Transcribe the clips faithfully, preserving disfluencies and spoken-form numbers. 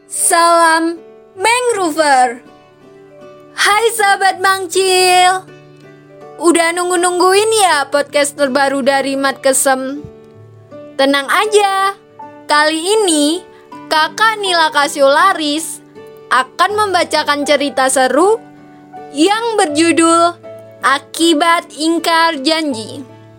Salam Mangrover. Hai sahabat Mangcil. Udah nunggu-nungguin ya podcast terbaru dari Mat Kesem? Tenang aja, kali ini kakak Nila Kasiolaris akan membacakan cerita seru yang berjudul Akibat Ingkar Janji.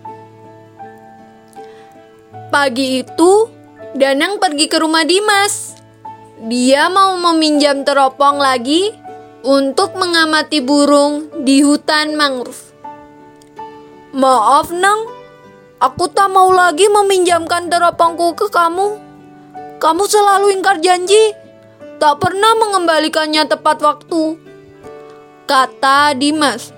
Pagi itu, Danang pergi ke rumah Dimas. Dia mau meminjam teropong lagi untuk mengamati burung di hutan mangrove. Maaf Nang, aku tak mau lagi meminjamkan teropongku ke kamu. Kamu selalu ingkar janji, tak pernah mengembalikannya tepat waktu, kata Dimas.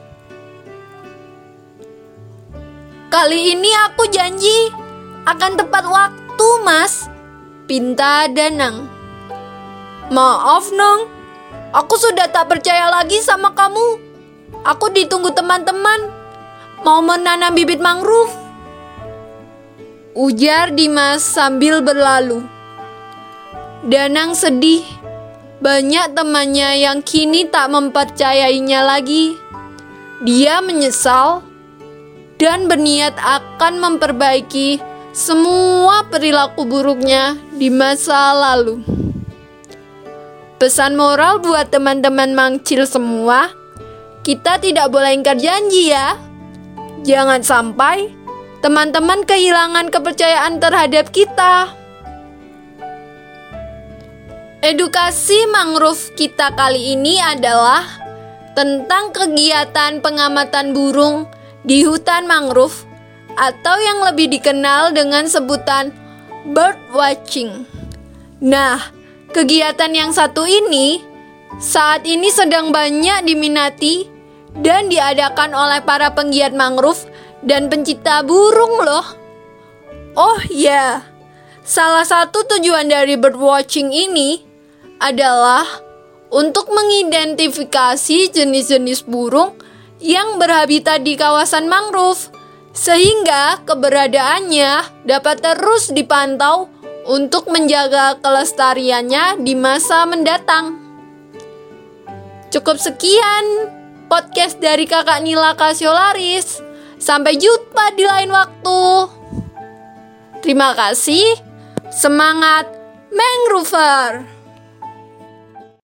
Kali ini aku janji akan tepat waktu, Mas, pinta Danang. Maaf, Nang. Aku sudah tak percaya lagi sama kamu. Aku ditunggu teman-teman mau menanam bibit mangrove, ujar Dimas sambil berlalu. Danang sedih. Banyak temannya yang kini tak mempercayainya lagi. Dia menyesal dan berniat akan memperbaiki semua perilaku buruknya di masa lalu. Pesan moral buat teman-teman Mangcil semua, kita tidak boleh ingkar janji ya. Jangan sampai teman-teman kehilangan kepercayaan terhadap kita. Edukasi mangrove kita kali ini adalah tentang kegiatan pengamatan burung di hutan mangrove atau yang lebih dikenal dengan sebutan bird watching. Nah, kegiatan yang satu ini saat ini sedang banyak diminati dan diadakan oleh para penggiat mangrove dan pencinta burung loh. Oh ya, salah satu tujuan dari bird watching ini adalah untuk mengidentifikasi jenis-jenis burung yang berhabitat di kawasan mangrove, sehingga keberadaannya dapat terus dipantau untuk menjaga kelestariannya di masa mendatang. Cukup sekian podcast dari kakak Nila Kasiolaris. Sampai jumpa di lain waktu. Terima kasih. Semangat Mangrover.